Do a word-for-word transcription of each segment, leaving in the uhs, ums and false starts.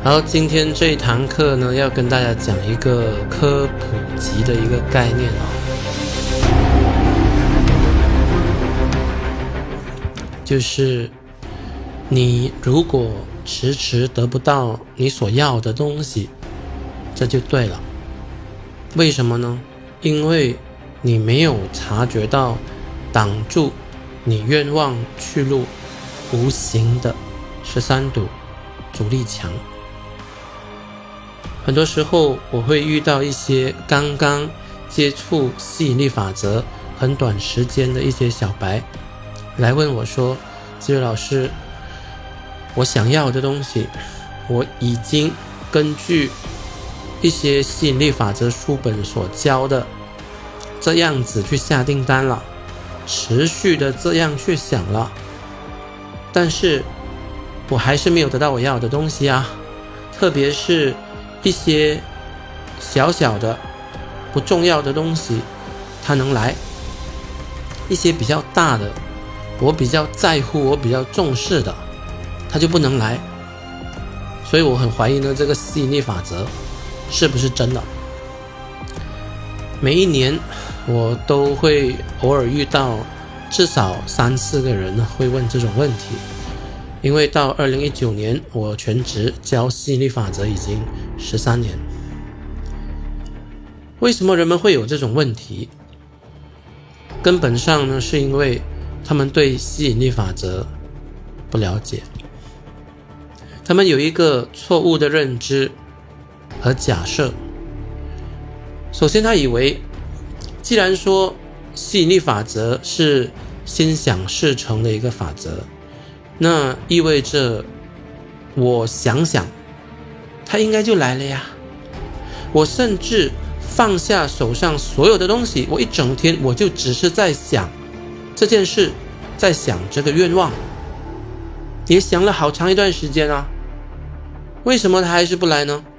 然后今天这一堂课呢，要跟大家讲一个科普级的一个概念哦，就是你如果迟迟得不到你所要的东西，这就对了。为什么呢？因为你没有察觉到挡住你愿望去路无形的十三堵阻力墙。很多时候我会遇到一些刚刚接触吸引力法则很短时间的一些小白来问我说，智伟老师，我想要的东西我已经根据一些吸引力法则书本所教的这样子去下订单了，持续的这样去想了，但是我还是没有得到我要的东西啊。特别是一些小小的不重要的东西它能来，一些比较大的我比较在乎我比较重视的它就不能来。所以我很怀疑呢，这个吸引力法则是不是真的。每一年我都会偶尔遇到至少三四个人会问这种问题，因为到二零一九年我全职教吸引力法则已经十三年。为什么人们会有这种问题？根本上呢，是因为他们对吸引力法则不了解，他们有一个错误的认知和假设。首先他以为既然说吸引力法则是心想事成的一个法则，那意味着我想想它应该就来了呀。我甚至放下手上所有的东西，我一整天我就只是在想这件事，在想这个愿望，也想了好长一段时间啊，为什么它还是不来呢？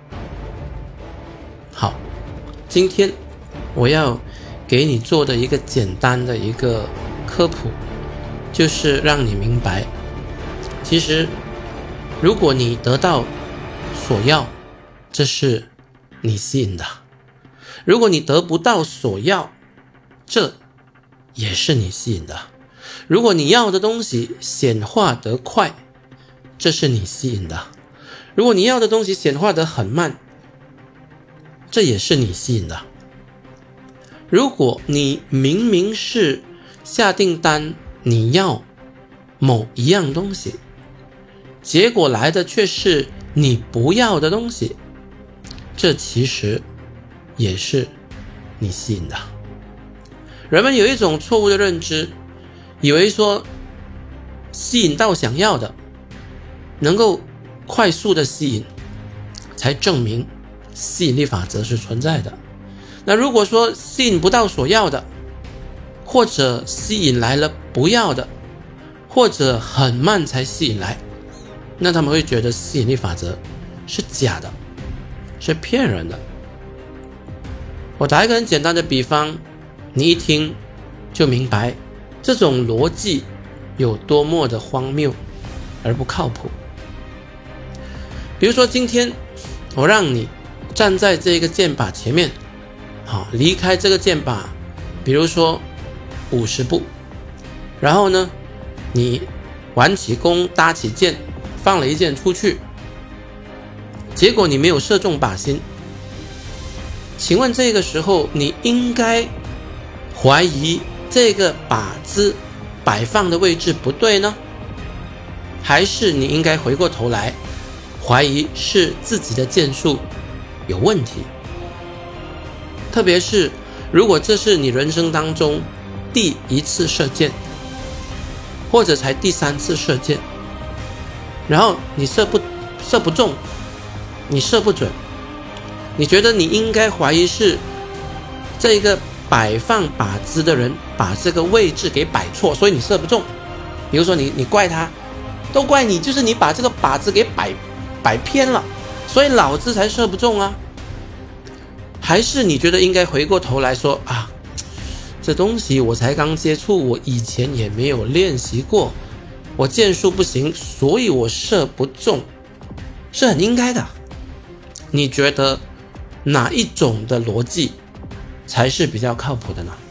好，今天我要给你做的一个简单的一个科普，就是让你明白，其实如果你得到所要，这是你吸引的；如果你得不到所要，这也是你吸引的；如果你要的东西显化得快，这是你吸引的；如果你要的东西显化得很慢，这也是你吸引的。如果你明明是下订单你要某一样东西，结果来的却是你不要的东西，这其实也是你吸引的。人们有一种错误的认知，以为说吸引到想要的，能够快速的吸引，才证明吸引力法则是存在的。那如果说吸引不到所要的，或者吸引来了不要的，或者很慢才吸引来，那他们会觉得吸引力法则是假的，是骗人的。我打一个很简单的比方，你一听就明白这种逻辑有多么的荒谬而不靠谱。比如说今天我让你站在这个箭靶前面，好，离开这个箭靶比如说五十步，然后呢你挽起弓搭起箭放了一箭出去，结果你没有射中靶心，请问这个时候你应该怀疑这个靶子摆放的位置不对呢，还是你应该回过头来怀疑是自己的箭术有问题？特别是如果这是你人生当中第一次射箭，或者才第三次射箭，然后你射不射不中，你射不准，你觉得你应该怀疑是这个摆放靶子的人把这个位置给摆错，所以你射不中。比如说你你怪他，都怪你，就是你把这个靶子给摆摆偏了，所以老子才射不中啊。还是你觉得应该回过头来说啊，这东西我才刚接触，我以前也没有练习过，我箭术不行，所以我射不中。 是很应该的。你觉得哪一种的逻辑才是比较靠谱的呢？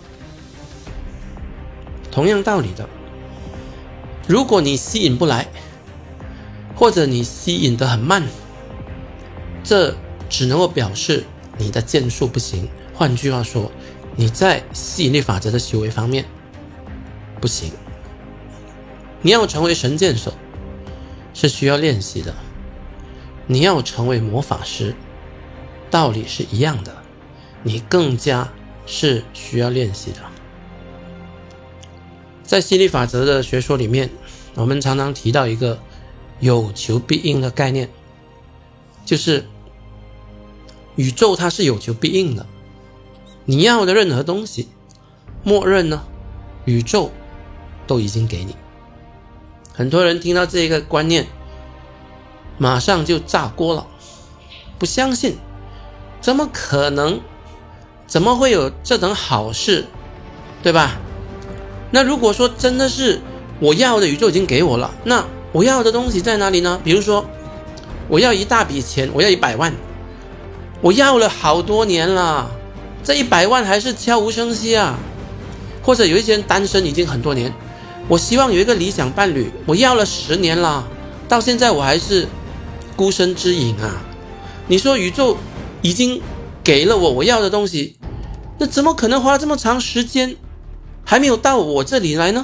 同样道理的，如果你吸引不来，或者你吸引得很慢，这只能够表示你的剑术不行。换句话说，你在吸引力法则的修为方面不行。你要成为神箭手是需要练习的，你要成为魔法师道理是一样的，你更加是需要练习的。在吸引力法则的学说里面，我们常常提到一个有求必应的概念，就是宇宙它是有求必应的，你要的任何东西，默认呢，宇宙都已经给你。很多人听到这个观念，马上就炸锅了，不相信，怎么可能？怎么会有这等好事，对吧？那如果说真的是我要的宇宙已经给我了，那我要的东西在哪里呢？比如说我要一大笔钱，我要一百万，我要了好多年了，这一百万还是悄无声息啊。或者有一些人单身已经很多年，我希望有一个理想伴侣，我要了十年了，到现在我还是孤身之影啊。你说宇宙已经给了我我要的东西，那怎么可能花了这么长时间还没有到我这里来呢？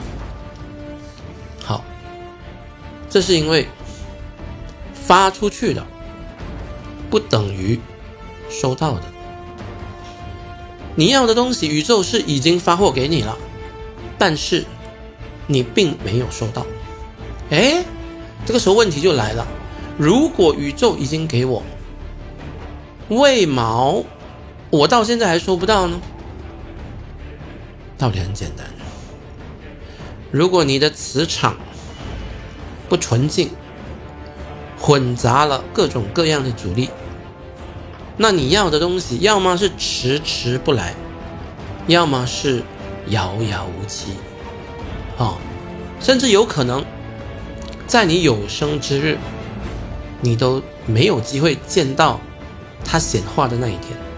好，这是因为发出去的不等于收到的。你要的东西宇宙是已经发货给你了，但是你并没有收到。诶，这个时候问题就来了，如果宇宙已经给我，为毛我到现在还收不到呢？道理很简单，如果你的磁场不纯净，混杂了各种各样的阻力，那你要的东西要么是迟迟不来，要么是遥遥无期、哦、甚至有可能在你有生之日你都没有机会见到它显化的那一天。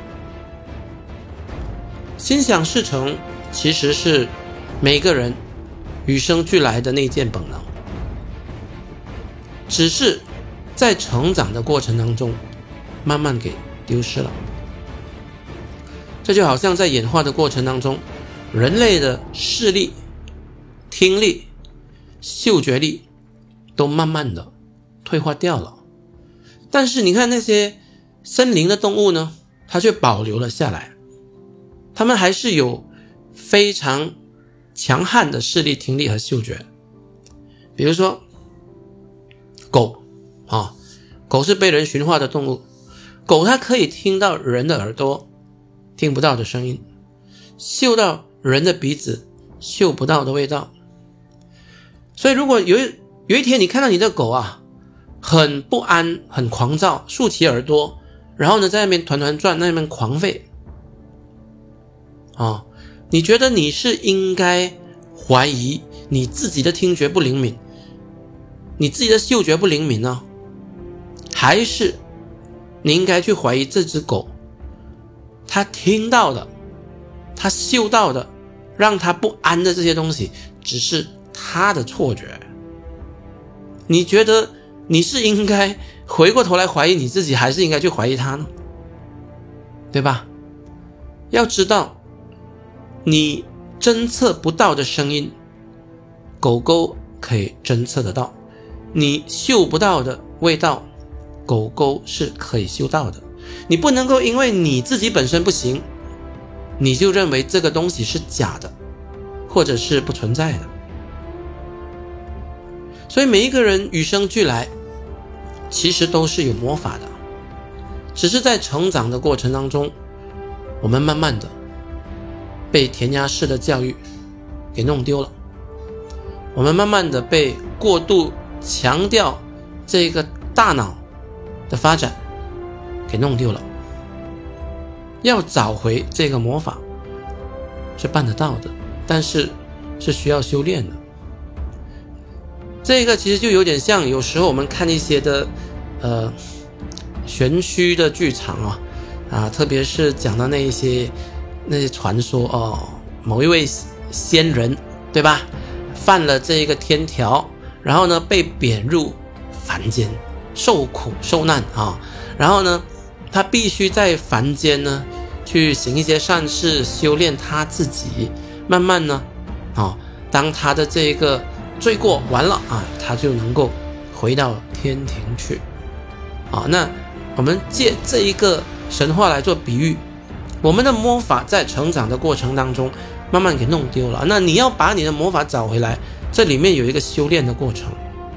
心想事成其实是每个人与生俱来的内建本能，只是在成长的过程当中慢慢给丢失了。这就好像在演化的过程当中，人类的视力、听力、嗅觉力都慢慢的退化掉了，但是你看那些森林的动物呢，它却保留了下来，它们还是有非常强悍的视力、听力和嗅觉。比如说狗、哦、狗是被人驯化的动物，狗它可以听到人的耳朵听不到的声音，嗅到人的鼻子嗅不到的味道。所以如果有一有一天你看到你的狗啊很不安、很狂躁，竖起耳朵，然后呢在那边团团转，在那边狂吠哦，你觉得你是应该怀疑你自己的听觉不灵敏，你自己的嗅觉不灵敏呢，还是你应该去怀疑这只狗它听到的、它嗅到的让它不安的这些东西只是它的错觉？你觉得你是应该回过头来怀疑你自己，还是应该去怀疑它呢？对吧？要知道你侦测不到的声音，狗狗可以侦测得到；你嗅不到的味道，狗狗是可以嗅到的。你不能够因为你自己本身不行，你就认为这个东西是假的，或者是不存在的。所以每一个人与生俱来其实都是有魔法的，只是在成长的过程当中，我们慢慢的被填鸭式的教育给弄丢了，我们慢慢的被过度强调这个大脑的发展给弄丢了。要找回这个魔法是办得到的，但是是需要修炼的。这个其实就有点像有时候我们看一些的呃玄虚的剧场啊，啊，特别是讲到那一些那些传说哦，某一位仙人，对吧？犯了这个天条，然后呢被贬入凡间，受苦受难啊，然后呢他必须在凡间呢去行一些善事，修炼他自己，慢慢呢啊，当他的这个罪过完了啊，他就能够回到天庭去啊。那我们借这一个神话来做比喻，我们的魔法在成长的过程当中慢慢给弄丢了，那你要把你的魔法找回来，这里面有一个修炼的过程。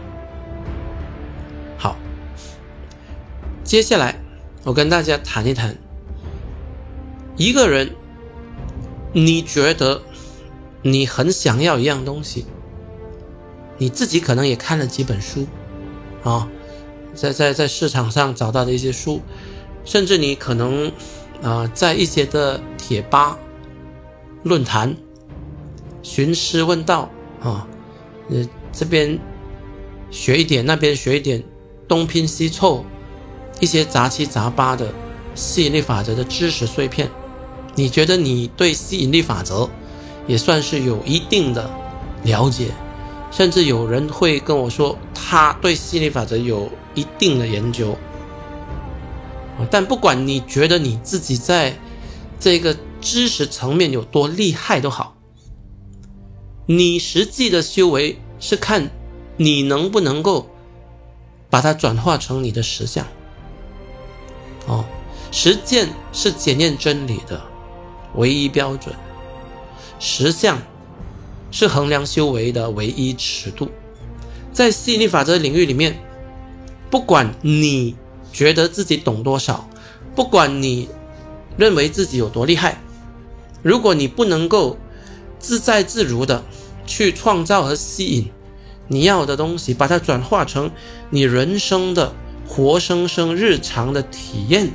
好，接下来我跟大家谈一谈，一个人你觉得你很想要一样东西，你自己可能也看了几本书啊，在在在市场上找到的一些书，甚至你可能啊、呃、在一些的贴吧、论坛寻师问道啊，呃这边学一点，那边学一点，东拼西凑一些杂七杂八的吸引力法则的知识碎片，你觉得你对吸引力法则也算是有一定的了解，甚至有人会跟我说他对吸引力法则有一定的研究。但不管你觉得你自己在这个知识层面有多厉害都好，你实际的修为是看你能不能够把它转化成你的实相。哦，实践是检验真理的唯一标准，实相是衡量修为的唯一尺度。在吸引力法则领域里面，不管你觉得自己懂多少，不管你认为自己有多厉害，如果你不能够自在自如的去创造和吸引你要的东西，把它转化成你人生的活生生日常的体验，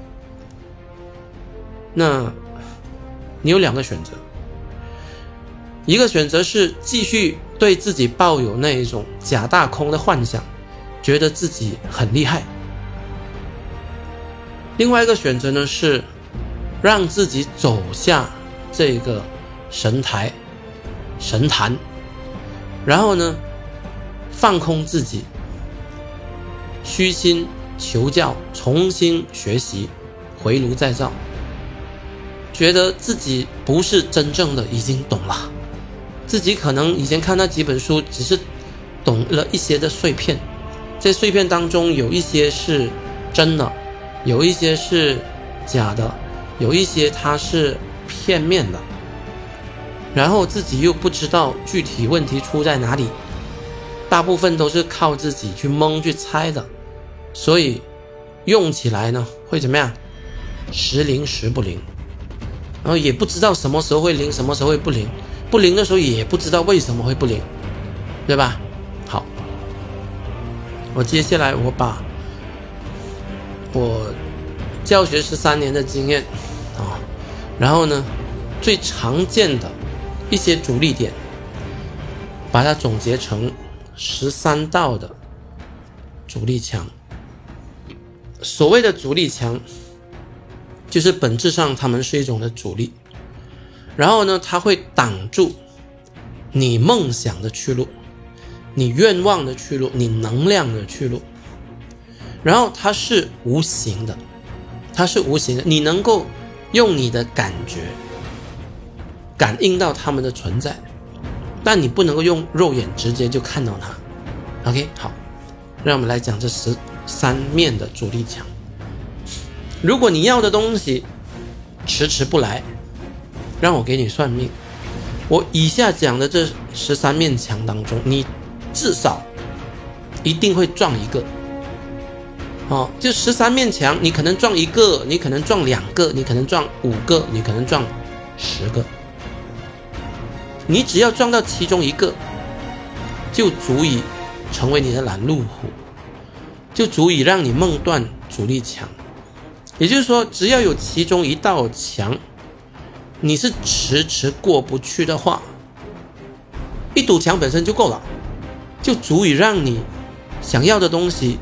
那你有两个选择。一个选择是继续对自己抱有那一种假大空的幻想，觉得自己很厉害。另外一个选择呢，是让自己走下这个神台神坛，然后呢放空自己，虚心求教，重新学习，回炉再造，觉得自己不是真正的已经懂了，自己可能以前看那几本书只是懂了一些的碎片，这碎片当中有一些是真的，有一些是假的，有一些它是片面的，然后自己又不知道具体问题出在哪里，大部分都是靠自己去蒙去猜的，所以用起来呢会怎么样？时灵时不灵，然后也不知道什么时候会灵，什么时候会不灵，不灵的时候也不知道为什么会不灵，对吧？好，我接下来我把我教学十三年的经验啊，然后呢最常见的一些阻力点，把它总结成十三道的阻力墙。所谓的阻力墙，就是本质上它们是一种的阻力，然后呢它会挡住你梦想的去路，你愿望的去路，你能量的去路，然后它是无形的，它是无形的，你能够用你的感觉感应到它们的存在，但你不能够用肉眼直接就看到它。 OK， 好，让我们来讲这十三面的阻力墙。如果你要的东西迟迟不来，让我给你算命，我以下讲的这十三面墙当中，你至少一定会撞一个哦，就十三面墙，你可能撞一个，你可能撞两个，你可能撞五个，你可能撞十个，你只要撞到其中一个，就足以成为你的拦路虎，就足以让你梦断阻力墙。也就是说，只要有其中一道墙你是迟迟过不去的话，一堵墙本身就够了，就足以让你想要的东西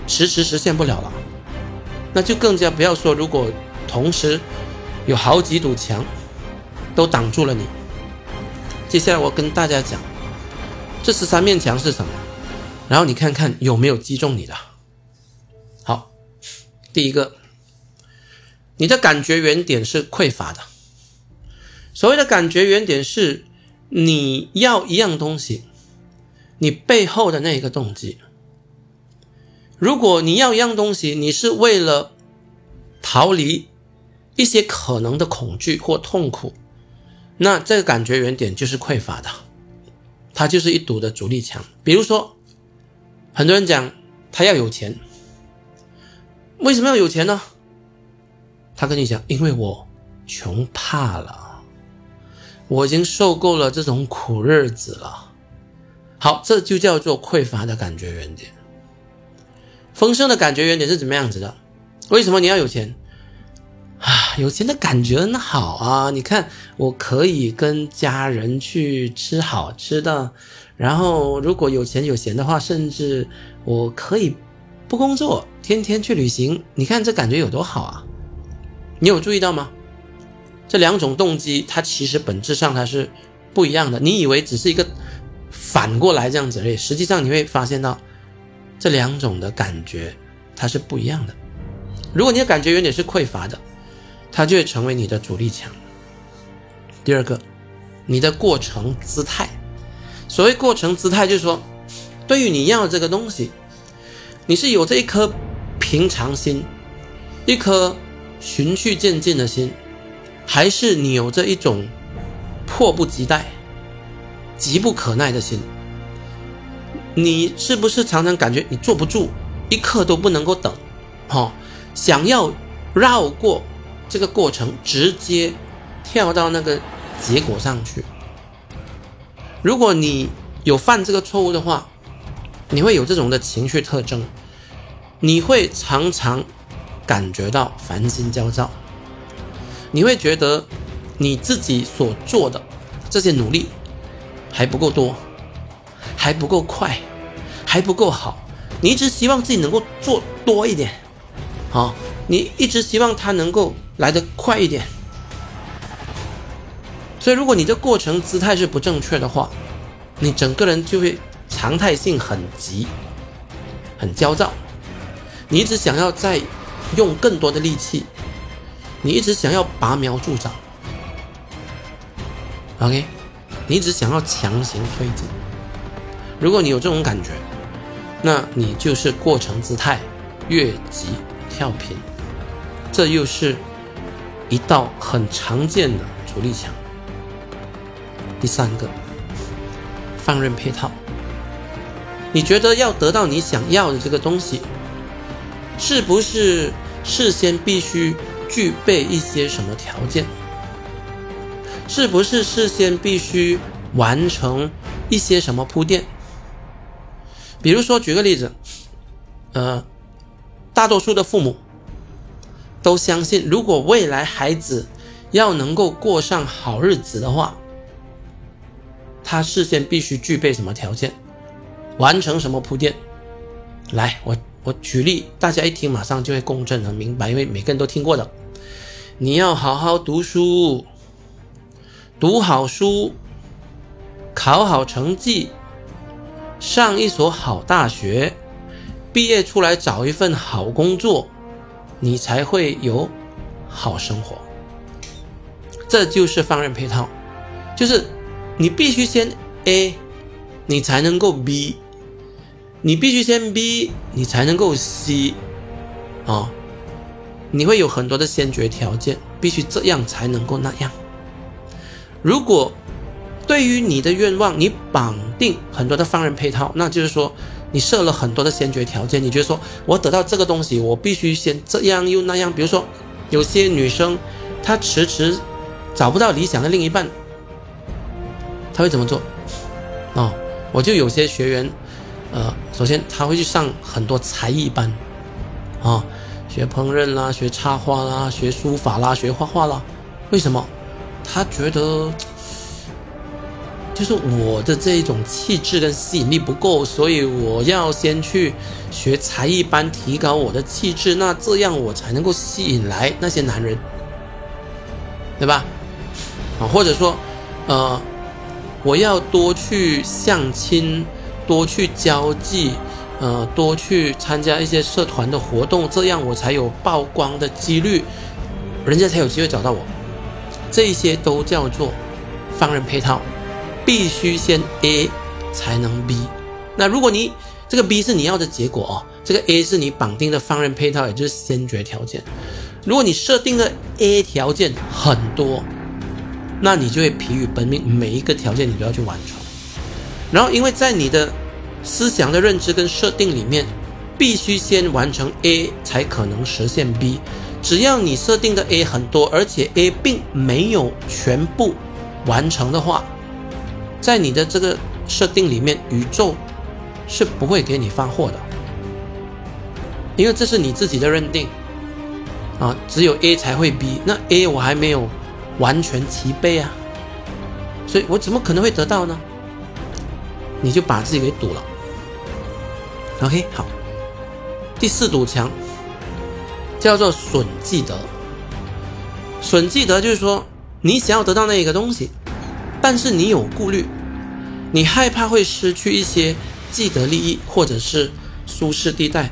迟迟实现不了了，那就更加不要说如果同时有好几堵墙都挡住了你。接下来我跟大家讲这十三面墙是什么，然后你看看有没有击中你的。好，第一个，你的感觉原点是匮乏的。所谓的感觉原点是你要一样东西，你背后的那个动机。如果你要一样东西，你是为了逃离一些可能的恐惧或痛苦，那这个感觉原点就是匮乏的，它就是一堵的阻力墙。比如说很多人讲他要有钱，为什么要有钱呢？他跟你讲，因为我穷怕了，我已经受够了这种苦日子了。好，这就叫做匮乏的感觉原点。丰盛的感觉原点是怎么样子的？为什么你要有钱啊？有钱的感觉很好啊，你看我可以跟家人去吃好吃的，然后如果有钱有闲的话，甚至我可以不工作，天天去旅行，你看这感觉有多好啊。你有注意到吗？这两种动机它其实本质上它是不一样的，你以为只是一个反过来这样子而已，实际上你会发现到这两种的感觉它是不一样的。如果你的感觉原点是匮乏的，它就会成为你的阻力墙。第二个，你的过程姿态。所谓过程姿态，就是说对于你要的这个东西，你是有这一颗平常心，一颗循序渐进的心，还是你有这一种迫不及待急不可耐的心？你是不是常常感觉你坐不住，一刻都不能够等，哦，想要绕过这个过程，直接跳到那个结果上去？如果你有犯这个错误的话，你会有这种的情绪特征，你会常常感觉到烦心焦躁，你会觉得你自己所做的这些努力还不够多，还不够快，还不够好，你一直希望自己能够做多一点，好，你一直希望它能够来得快一点。所以如果你的过程姿态是不正确的话，你整个人就会常态性很急，很焦躁，你一直想要再用更多的力气，你一直想要拔苗助长， OK， 你一直想要强行推进。如果你有这种感觉，那你就是过程姿态越级跳频，这又是一道很常见的阻力墙。第三个，放任配套。你觉得要得到你想要的这个东西，是不是事先必须具备一些什么条件？是不是事先必须完成一些什么铺垫？比如说举个例子，呃，大多数的父母都相信，如果未来孩子要能够过上好日子的话，他事先必须具备什么条件，完成什么铺垫。来，我我举例，大家一听马上就会共振很明白，因为每个人都听过的。你要好好读书，读好书，考好成绩，上一所好大学，毕业出来找一份好工作，你才会有好生活。这就是放任配套，就是你必须先 A， 你才能够 B， 你必须先 B， 你才能够 C， 哦，你会有很多的先决条件，必须这样才能够那样。如果对于你的愿望你绑定很多的放任配套，那就是说你设了很多的先决条件，你觉得说我得到这个东西我必须先这样又那样。比如说有些女生她迟迟找不到理想的另一半，她会怎么做？哦，我就有些学员呃，首先他会去上很多才艺班啊、哦，学烹饪啦，学插花啦，学书法啦，学画画啦。为什么？他觉得就是我的这一种气质跟吸引力不够，所以我要先去学才艺班提高我的气质，那这样我才能够吸引来那些男人，对吧？啊，或者说呃我要多去相亲，多去交际，呃多去参加一些社团的活动，这样我才有曝光的几率，人家才有机会找到我。这些都叫做放任配套，必须先 A 才能 B。 那如果你这个 B 是你要的结果哦，这个 A 是你绑定的放任配套，也就是先决条件。如果你设定的 A 条件很多，那你就会疲于奔命，每一个条件你都要去完成。然后因为在你的思想的认知跟设定里面，必须先完成 A 才可能实现 B。 只要你设定的 A 很多，而且 A 并没有全部完成的话，在你的这个设定里面，宇宙是不会给你放货的，因为这是你自己的认定啊，只有 A 才会 B， 那 A 我还没有完全齐备啊，所以我怎么可能会得到呢？你就把自己给堵了。 OK， 好，第四堵墙叫做损既得。损既得就是说，你想要得到那一个东西，但是你有顾虑，你害怕会失去一些既得利益或者是舒适地带。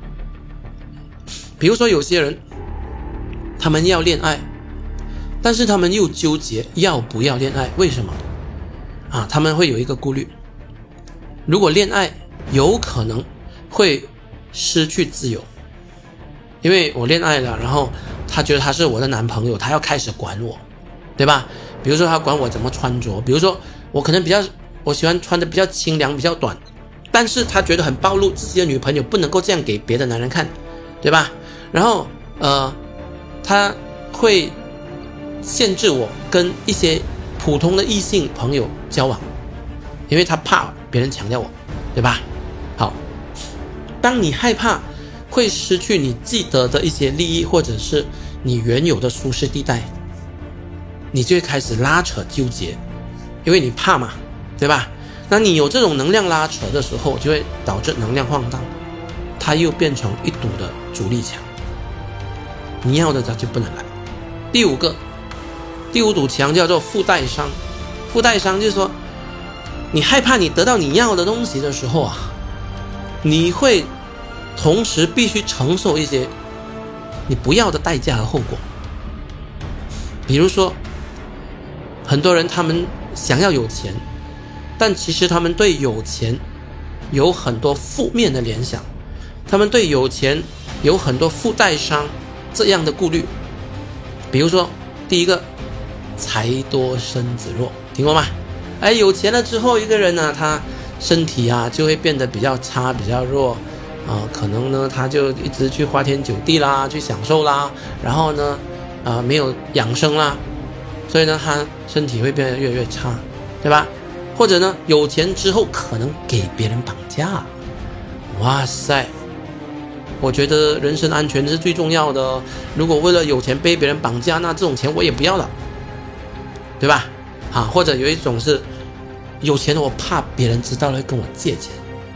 比如说有些人他们要恋爱，但是他们又纠结要不要恋爱。为什么啊？他们会有一个顾虑，如果恋爱有可能会失去自由，因为我恋爱了，然后他觉得他是我的男朋友，他要开始管我，对吧？比如说他管我怎么穿着，比如说我可能比较我喜欢穿的比较清凉比较短，但是他觉得很暴露，自己的女朋友不能够这样给别的男人看，对吧？然后呃他会限制我跟一些普通的异性朋友交往，因为他怕别人强调我，对吧？好，当你害怕会失去你既得的一些利益，或者是你原有的舒适地带，你就会开始拉扯纠结，因为你怕嘛，对吧？那你有这种能量拉扯的时候，就会导致能量晃荡，它又变成一堵的阻力墙，你要的它就不能来。第五个第五堵墙叫做附带伤。附带伤就是说，你害怕你得到你要的东西的时候啊，你会同时必须承受一些你不要的代价和后果。比如说很多人他们想要有钱，但其实他们对有钱有很多负面的联想，他们对有钱有很多附带伤这样的顾虑。比如说第一个，财多身子弱，听过吗？哎，有钱了之后，一个人呢，他身体啊就会变得比较差，比较弱啊、呃，可能呢他就一直去花天酒地啦，去享受啦，然后呢啊、呃、没有养生啦，所以呢他身体会变得越来越差，对吧？或者呢有钱之后可能给别人绑架，哇塞！我觉得人身安全是最重要的，如果为了有钱被别人绑架，那这种钱我也不要了，对吧？啊，或者有一种是有钱的，我怕别人知道了会跟我借钱，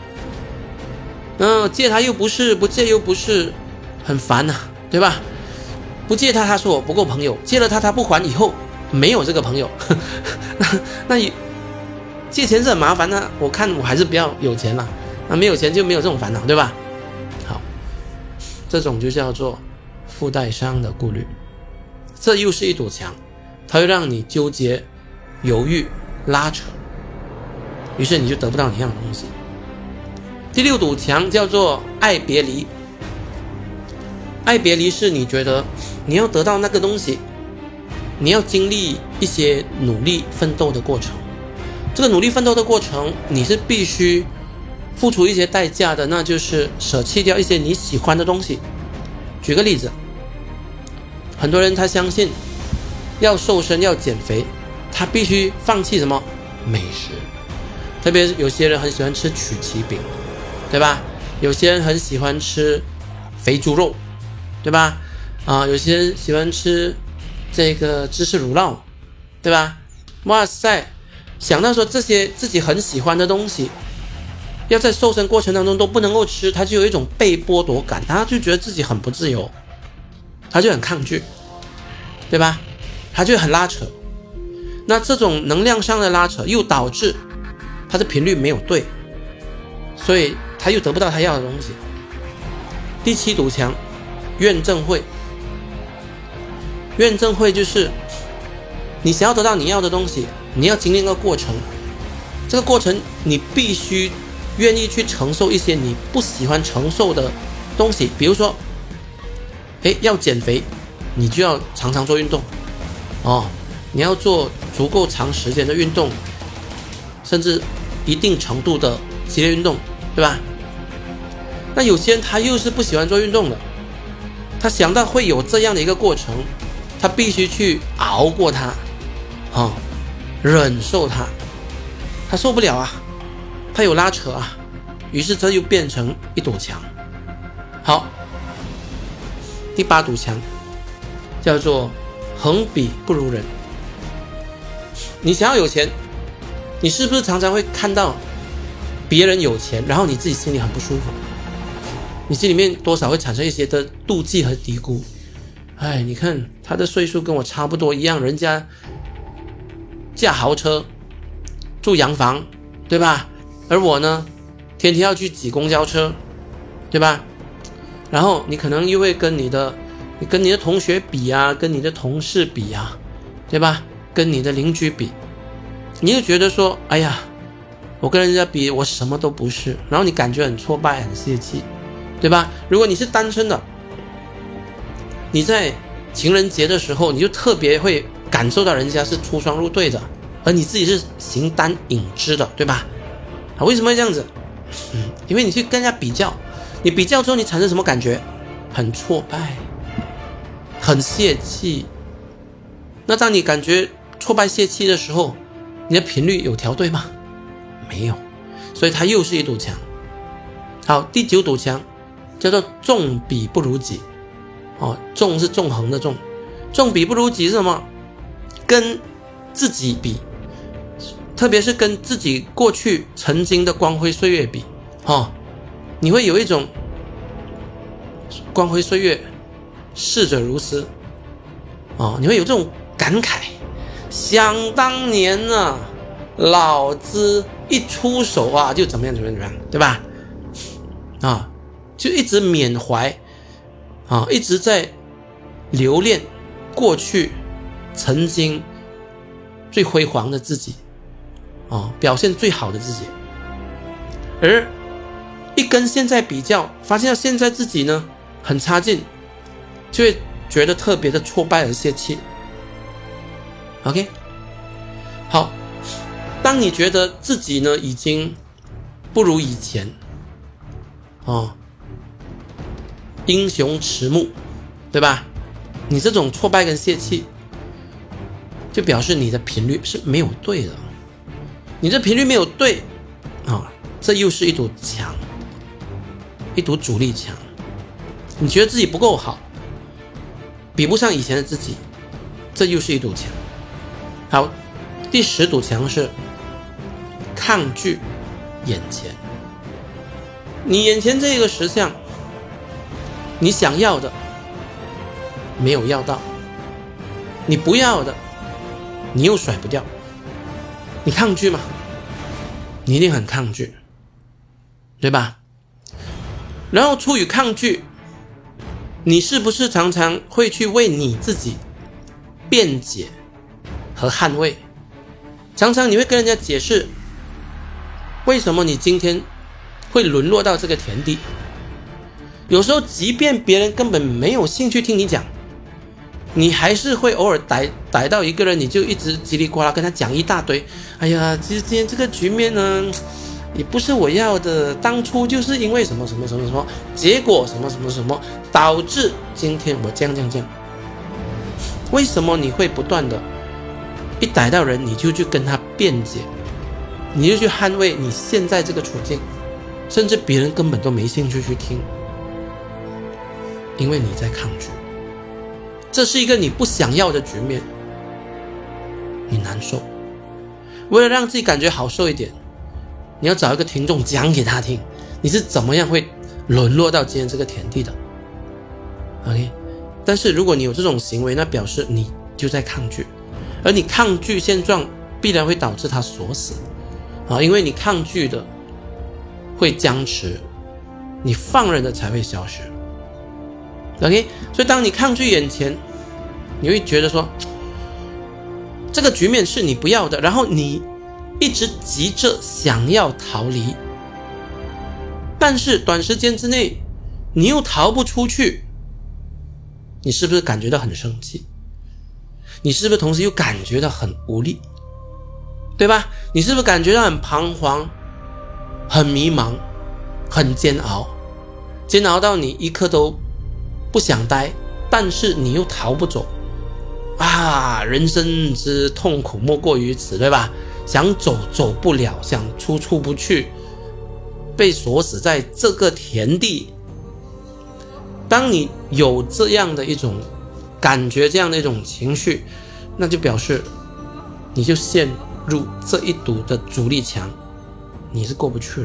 嗯、呃，借他又不是，不借又不是，很烦啊，对吧？不借他，他说我不够朋友；借了他，他不还，以后没有这个朋友。那那借钱是很麻烦的，我看我还是不要有钱了，那没有钱就没有这种烦恼，对吧？好，这种就叫做附带伤的顾虑，这又是一堵墙，它会让你纠结、犹豫、拉扯，于是你就得不到你要的东西。第六堵墙叫做爱别离。爱别离是你觉得你要得到那个东西，你要经历一些努力奋斗的过程，这个努力奋斗的过程你是必须付出一些代价的，那就是舍弃掉一些你喜欢的东西。举个例子，很多人他相信要瘦身要减肥，他必须放弃什么美食，特别有些人很喜欢吃曲奇饼，对吧？有些人很喜欢吃肥猪肉，对吧？啊，有些人喜欢吃这个芝士乳酪，对吧？哇塞， 想到说这些自己很喜欢的东西，要在瘦身过程当中都不能够吃，他就有一种被剥夺感，他就觉得自己很不自由，他就很抗拒，对吧？他就很拉扯。那这种能量上的拉扯又导致他的频率没有对，所以他又得不到他要的东西。第七堵墙，怨憎会。怨憎会就是你想要得到你要的东西，你要经历一个过程，这个过程你必须愿意去承受一些你不喜欢承受的东西。比如说诶，要减肥，你就要常常做运动哦，你要做足够长时间的运动，甚至一定程度的激烈运动，对吧？那有些人他又是不喜欢做运动的，他想到会有这样的一个过程，他必须去熬过它，哦，忍受它，他受不了啊，他有拉扯啊，于是这又变成一堵墙。好，第八堵墙叫做横比不如人。你想要有钱，你是不是常常会看到别人有钱，然后你自己心里很不舒服，你心里面多少会产生一些的妒忌和嘀咕。哎，你看他的岁数跟我差不多一样，人家驾豪车住洋房，对吧？而我呢，天天要去挤公交车，对吧？然后你可能又会跟你的你跟你的同学比啊，跟你的同事比啊，对吧？跟你的邻居比，你就觉得说，哎呀，我跟人家比，我什么都不是，然后你感觉很挫败，很泄气，对吧？如果你是单身的，你在情人节的时候，你就特别会感受到人家是出双入对的，而你自己是形单影只的，对吧？啊，为什么会这样子？嗯，因为你去跟人家比较，你比较之后你产生什么感觉？很挫败，很泄气。那当你感觉挫败泄气的时候，你的频率有调对吗？没有，所以它又是一堵墙。好，第九堵墙叫做纵比不如己。哦，纵是纵横的纵，纵比不如己是什么？跟自己比，特别是跟自己过去曾经的光辉岁月比，哦，你会有一种光辉岁月逝者如斯，哦，你会有这种感慨，想当年啊，老子一出手啊就怎么样怎么样怎么样，对吧？啊，就一直缅怀啊，一直在留恋过去曾经最辉煌的自己啊，表现最好的自己，而一跟现在比较，发现到现在自己呢很差劲，就会觉得特别的挫败而泄气。OK， 好，当你觉得自己呢已经不如以前哦，英雄迟暮，对吧？你这种挫败跟泄气，就表示你的频率是没有对的，你这频率没有对啊、哦，这又是一堵墙，一堵阻力墙。你觉得自己不够好，比不上以前的自己，这又是一堵墙。好，第十堵墙是抗拒眼前。你眼前这个实相，你想要的没有要到，你不要的你又甩不掉，你抗拒吗？你一定很抗拒，对吧？然后出于抗拒，你是不是常常会去为你自己辩解和捍卫？常常你会跟人家解释为什么你今天会沦落到这个田地。有时候即便别人根本没有兴趣听你讲，你还是会偶尔逮逮到一个人，你就一直叽里呱啦跟他讲一大堆。哎呀，其实今天这个局面呢也不是我要的，当初就是因为什么什么什么什么，结果什么什么什么，导致今天我这样这样这样。为什么你会不断的一逮到人你就去跟他辩解，你就去捍卫你现在这个处境，甚至别人根本都没兴趣去听？因为你在抗拒，这是一个你不想要的局面，你难受。 为了让自己感觉好受一点，你要找一个听众讲给他听，你是怎么样会沦落到今天这个田地的。 OK， 但是如果你有这种行为，那表示你就在抗拒，而你抗拒现状必然会导致它锁死啊，因为你抗拒的会僵持，你放任的才会消失。 OK， 所以当你抗拒眼前，你会觉得说这个局面是你不要的，然后你一直急着想要逃离，但是短时间之内你又逃不出去，你是不是感觉到很生气？你是不是同时又感觉到很无力？对吧？你是不是感觉到很彷徨、很迷茫、很煎熬，煎熬到你一刻都不想待，但是你又逃不走啊！人生之痛苦莫过于此，对吧？想走走不了，想出出不去，被锁死在这个田地。当你有这样的一种感觉，这样的一种情绪，那就表示你就陷入这一堵的阻力墙，你是过不去了。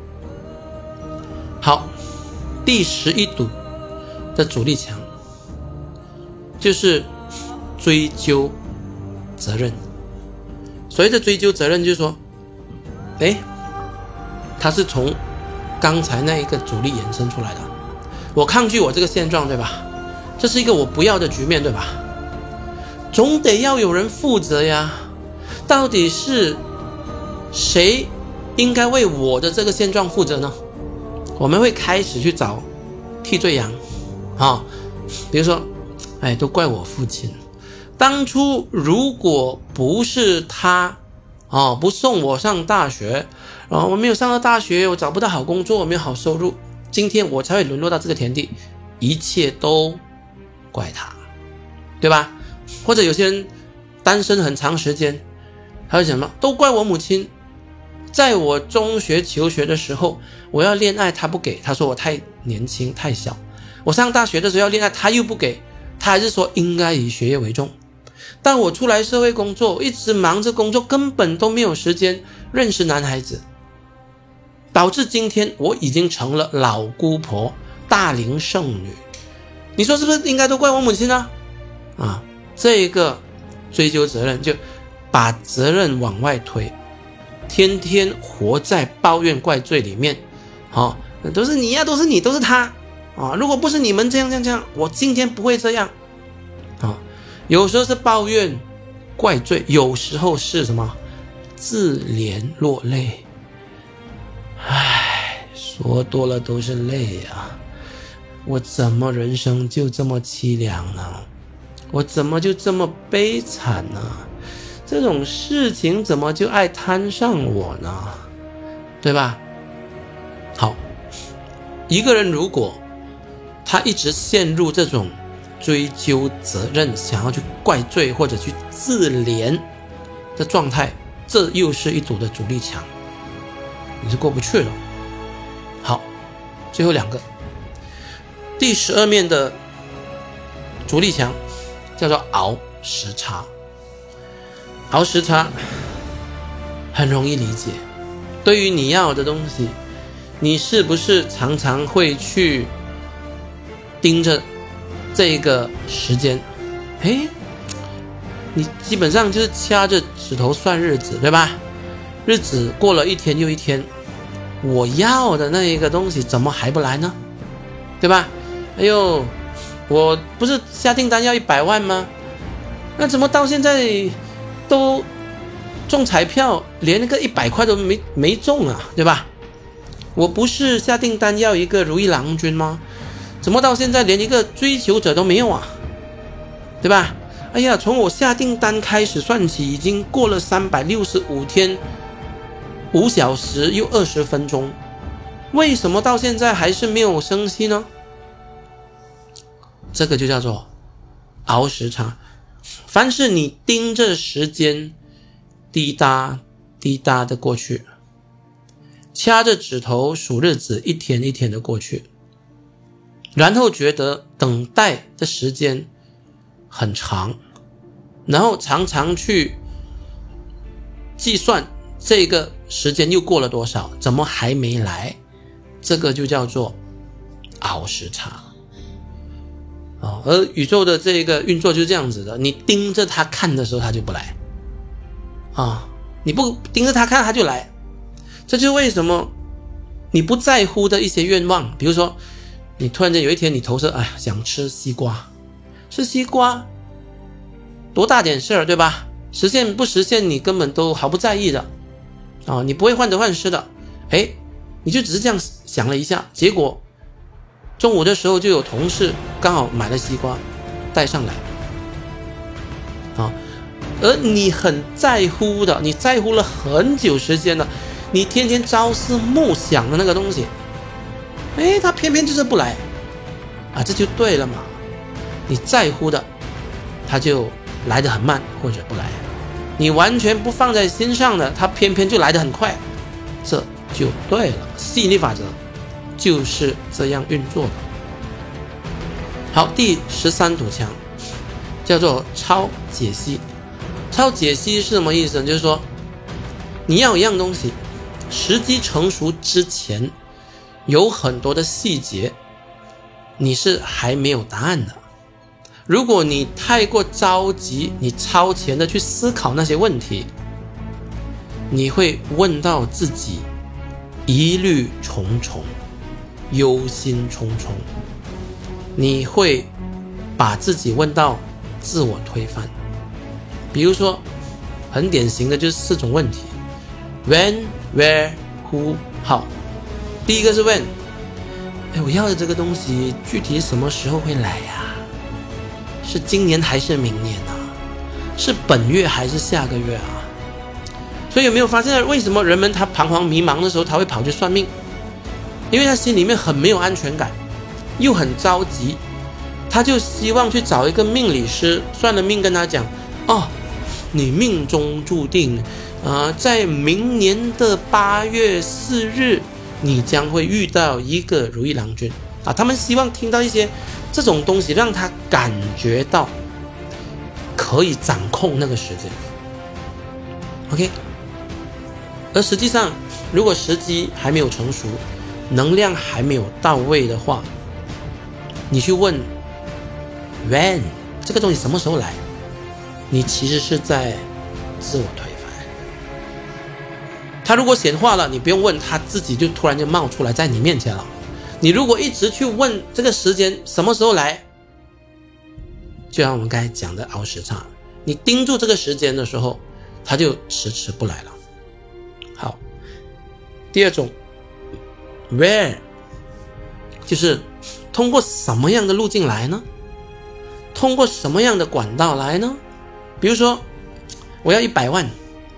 好，第十一堵的阻力墙就是追究责任。所谓的追究责任，就是说，诶，它是从刚才那一个阻力延伸出来的。我抗拒我这个现状，对吧？这是一个我不要的局面，对吧？总得要有人负责呀。到底是谁应该为我的这个现状负责呢？我们会开始去找替罪羊啊，比如说，哎，都怪我父亲，当初如果不是他哦，不送我上大学，然后我没有上到大学，我找不到好工作，我没有好收入，今天我才会沦落到这个田地，一切都怪他，对吧？或者有些人单身很长时间，他会讲什么？都怪我母亲，在我中学求学的时候，我要恋爱，他不给，他说我太年轻太小。我上大学的时候要恋爱，他又不给，他还是说应该以学业为重。但我出来社会工作，一直忙着工作，根本都没有时间认识男孩子，导致今天我已经成了老姑婆、大龄剩女。你说是不是应该都怪我母亲呢？啊，这个追究责任，就把责任往外推，天天活在抱怨怪罪里面。好、哦，都是你呀、啊，都是你，都是他啊！如果不是你们这样这样这样，我今天不会这样。啊，有时候是抱怨怪罪，有时候是什么自怜落泪。唉，说多了都是泪啊！我怎么人生就这么凄凉呢？我怎么就这么悲惨呢？这种事情怎么就爱摊上我呢？对吧？好，一个人如果他一直陷入这种追究责任，想要去怪罪或者去自怜的状态，这又是一堵的阻力墙，你是过不去了。好，最后两个，第十二面的阻力墙叫做熬时差。熬时差很容易理解，对于你要的东西，你是不是常常会去盯着这个时间？诶，你基本上就是掐着指头算日子，对吧？日子过了一天又一天，我要的那一个东西怎么还不来呢？对吧？哎呦，我不是下订单要一百万吗？那怎么到现在都中彩票，连那个一百块都没没中啊，对吧？我不是下订单要一个如意郎君吗？怎么到现在连一个追求者都没有啊？对吧？哎呀，从我下订单开始算起，已经过了三百六十五天，五小时又二十分钟，为什么到现在还是没有升息呢？这个就叫做熬时差。凡是你盯着时间滴答滴答的过去，掐着指头数日子，一天一天的过去，然后觉得等待的时间很长，然后常常去计算这个时间又过了多少，怎么还没来，这个就叫做熬时差。哦，而宇宙的这个运作就是这样子的，你盯着它看的时候它就不来啊、哦，你不盯着它看它就来。这就是为什么你不在乎的一些愿望，比如说你突然间有一天你投射，哎，想吃西瓜，吃西瓜多大点事儿，对吧？实现不实现你根本都毫不在意的啊、哦，你不会患得患失的。哎，你就只是这样想了一下，结果中午的时候就有同事刚好买了西瓜带上来啊、哦，而你很在乎的，你在乎了很久时间了，你天天朝思暮想的那个东西，哎，他偏偏就是不来啊，这就对了嘛。你在乎的他就来得很慢或者不来，你完全不放在心上的他偏偏就来得很快，这就对了。吸引力法则就是这样运作的。好，第十三堵墙叫做超解析。超解析是什么意思呢？就是说你要一样东西时机成熟之前，有很多的细节你是还没有答案的。如果你太过着急，你超前的去思考那些问题，你会问到自己疑虑重重，忧心忡忡，你会把自己问到自我推翻。比如说很典型的就是四种问题， When, Where, Who, How。 第一个是 When， 哎，我要的这个东西具体什么时候会来呀、啊？是今年还是明年啊？是本月还是下个月啊？所以有没有发现为什么人们他彷徨迷茫的时候他会跑去算命？因为他心里面很没有安全感，又很着急，他就希望去找一个命理师算了命，跟他讲，哦，你命中注定呃，在明年的八月四日你将会遇到一个如意郎君啊！他们希望听到一些这种东西，让他感觉到可以掌控那个时间。 OK， 而实际上如果时机还没有成熟，能量还没有到位的话，你去问 When 这个东西什么时候来，你其实是在自我推翻。他如果显化了，你不用问，他自己就突然就冒出来在你面前了。你如果一直去问这个时间什么时候来，就像我们刚才讲的熬时差，你盯住这个时间的时候，他就迟迟不来了。好，第二种 Where， 就是通过什么样的路径来呢？通过什么样的管道来呢？比如说我要一百万，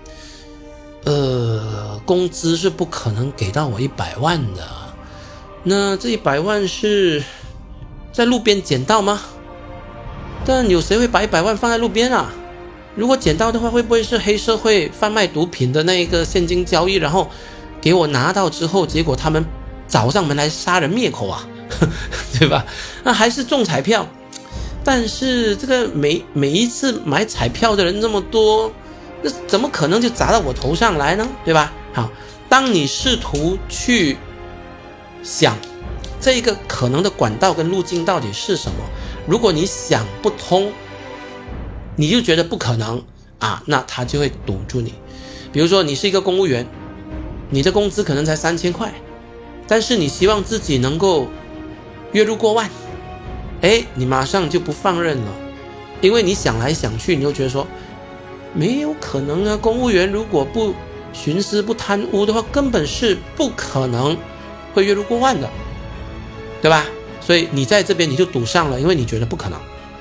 呃，工资是不可能给到我一百万的，那这一百万是在路边捡到吗？但有谁会把一百万放在路边啊？如果捡到的话，会不会是黑社会贩卖毒品的那个现金交易，然后给我拿到之后，结果他们找上门来杀人灭口啊，对吧？那还是中彩票，但是这个每每一次买彩票的人这么多，那怎么可能就砸到我头上来呢？对吧？好，当你试图去想这个可能的管道跟路径到底是什么，如果你想不通，你就觉得不可能啊，那他就会堵住你。比如说你是一个公务员，你的工资可能才三千块，但是你希望自己能够月入过万，哎，你马上就不放任了，因为你想来想去，你就觉得说没有可能啊，公务员如果不徇私不贪污的话，根本是不可能会月入过万的，对吧？所以你在这边你就赌上了，因为你觉得不可能。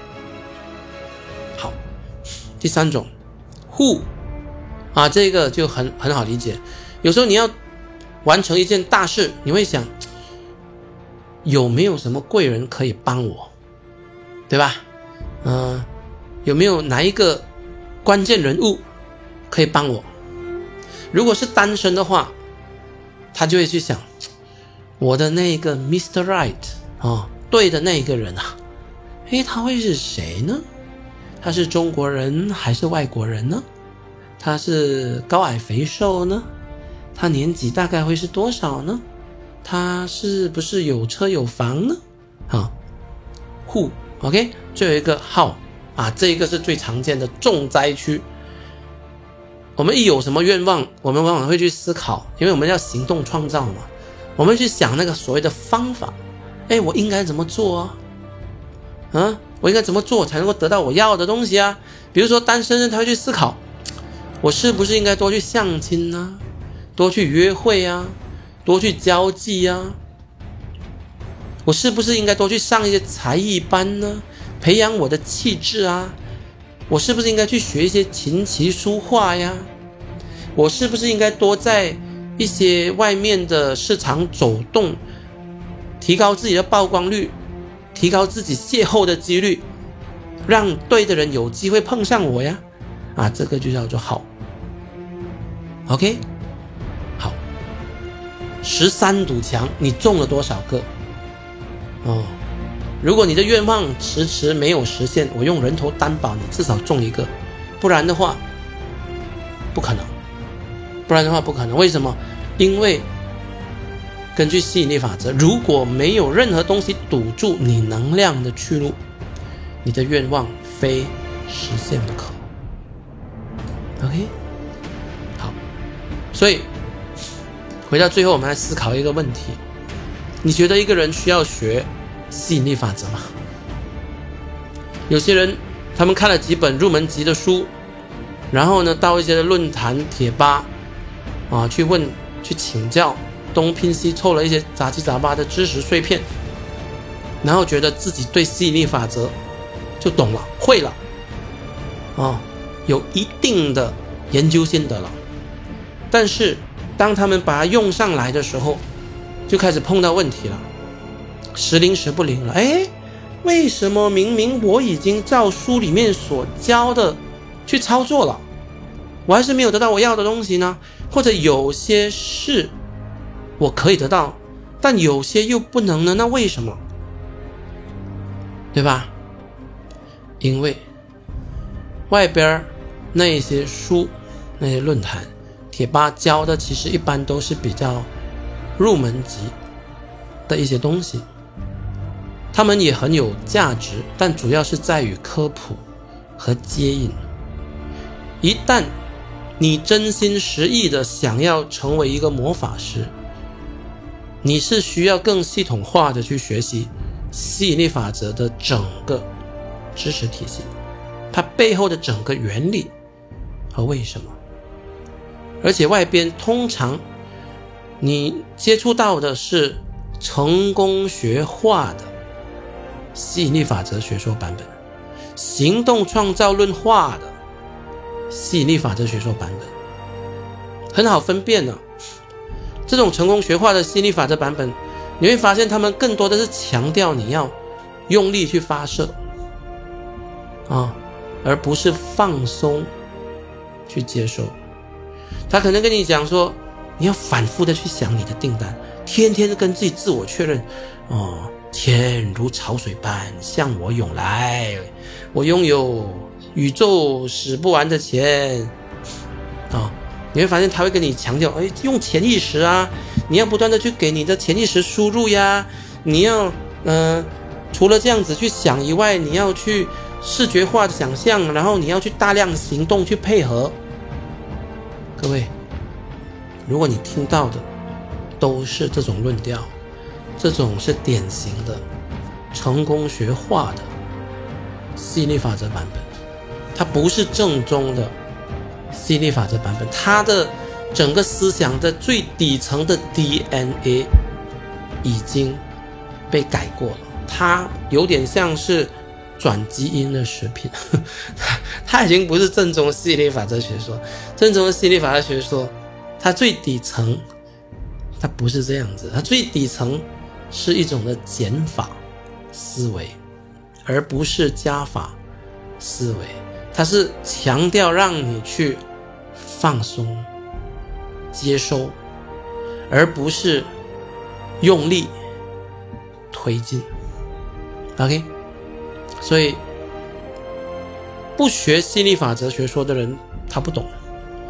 好，第三种 Who 啊，这个就很很好理解。有时候你要完成一件大事，你会想有没有什么贵人可以帮我，对吧？嗯、呃，有没有哪一个关键人物可以帮我？如果是单身的话，他就会去想我的那个 Mister Right 哦，对的那个人啊，诶，他会是谁呢？他是中国人还是外国人呢？ 他是高矮肥瘦呢？他年纪大概会是多少呢？他是不是有车有房呢？好 ，who OK， 最后一个 how 啊，这一个是最常见的重灾区。我们一有什么愿望，我们往往会去思考，因为我们要行动创造嘛，我们去想那个所谓的方法。哎，我应该怎么做啊？啊，我应该怎么做才能够得到我要的东西啊？比如说单身人他会去思考，我是不是应该多去相亲啊，多去约会啊，多去交际啊？我是不是应该多去上一些才艺班呢，培养我的气质啊？我是不是应该去学一些琴棋书画呀？我是不是应该多在一些外面的市场走动，提高自己的曝光率，提高自己邂逅的几率，让对的人有机会碰上我呀？啊，这个就叫做好。OK， 好，十三堵墙，你中了多少个？哦。如果你的愿望迟迟没有实现，我用人头担保你至少中一个，不然的话不可能，不然的话不可能。为什么？因为根据吸引力法则，如果没有任何东西堵住你能量的去路，你的愿望非实现不可。 OK， 好，所以回到最后，我们来思考一个问题，你觉得一个人需要学吸引力法则吗？有些人他们看了几本入门级的书，然后呢到一些论坛贴吧啊去问去请教，东拼西凑了一些杂七杂八的知识碎片，然后觉得自己对吸引力法则就懂了会了啊，有一定的研究心得了。但是当他们把它用上来的时候，就开始碰到问题了，时灵时不灵了。诶，为什么明明我已经照书里面所教的去操作了，我还是没有得到我要的东西呢？或者有些事我可以得到，但有些又不能呢？那为什么？对吧？因为外边那些书、那些论坛、贴吧教的其实一般都是比较入门级的一些东西，他们也很有价值，但主要是在于科普和接引。一旦你真心实意的想要成为一个魔法师，你是需要更系统化的去学习吸引力法则的整个知识体系，它背后的整个原理和为什么。而且外边通常你接触到的是成功学化的吸引力法则学说版本，行动创造论化的吸引力法则学说版本，很好分辨呢。这种成功学化的吸引力法则版本，你会发现他们更多的是强调你要用力去发射啊，而不是放松去接收。他可能跟你讲说，你要反复的去想你的订单，天天跟自己自我确认哦，钱如潮水般向我涌来，我拥有宇宙使不完的钱啊、哦！你会发现他会跟你强调，哎，用潜意识啊，你要不断的去给你的潜意识输入呀，你要呃，除了这样子去想以外，你要去视觉化的想象，然后你要去大量行动去配合。各位，如果你听到的都是这种论调，这种是典型的成功学化的吸引力法则版本，它不是正宗的吸引力法则版本，它的整个思想的最底层的 D N A 已经被改过了，它有点像是转基因的食品它已经不是正宗吸引力法则学说。正宗的吸引力法则学说，它最底层它不是这样子，它最底层是一种的减法思维，而不是加法思维。它是强调让你去放松接收，而不是用力推进。 OK， 所以不学吸引力法则学说的人他不懂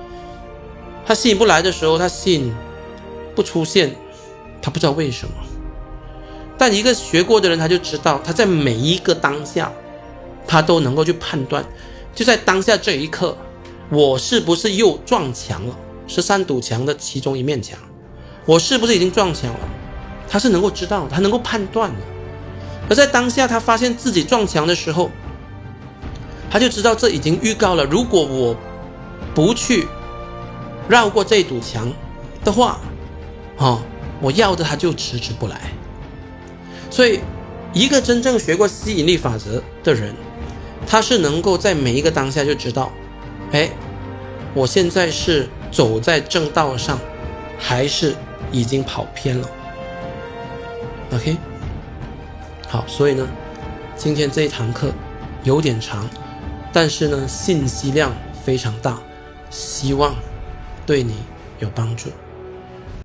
他吸引不来的时候，他吸引不出现，他不知道为什么。但一个学过的人，他就知道他在每一个当下，他都能够去判断，就在当下这一刻，我是不是又撞墙了？十三堵墙的其中一面墙，我是不是已经撞墙了？他是能够知道，他能够判断的。而在当下他发现自己撞墙的时候，他就知道这已经预告了，如果我不去绕过这堵墙的话，哦，我要的他就迟迟不来。所以一个真正学过吸引力法则的人，他是能够在每一个当下就知道，哎，我现在是走在正道上，还是已经跑偏了。 OK， 好，所以呢今天这一堂课有点长，但是呢信息量非常大，希望对你有帮助。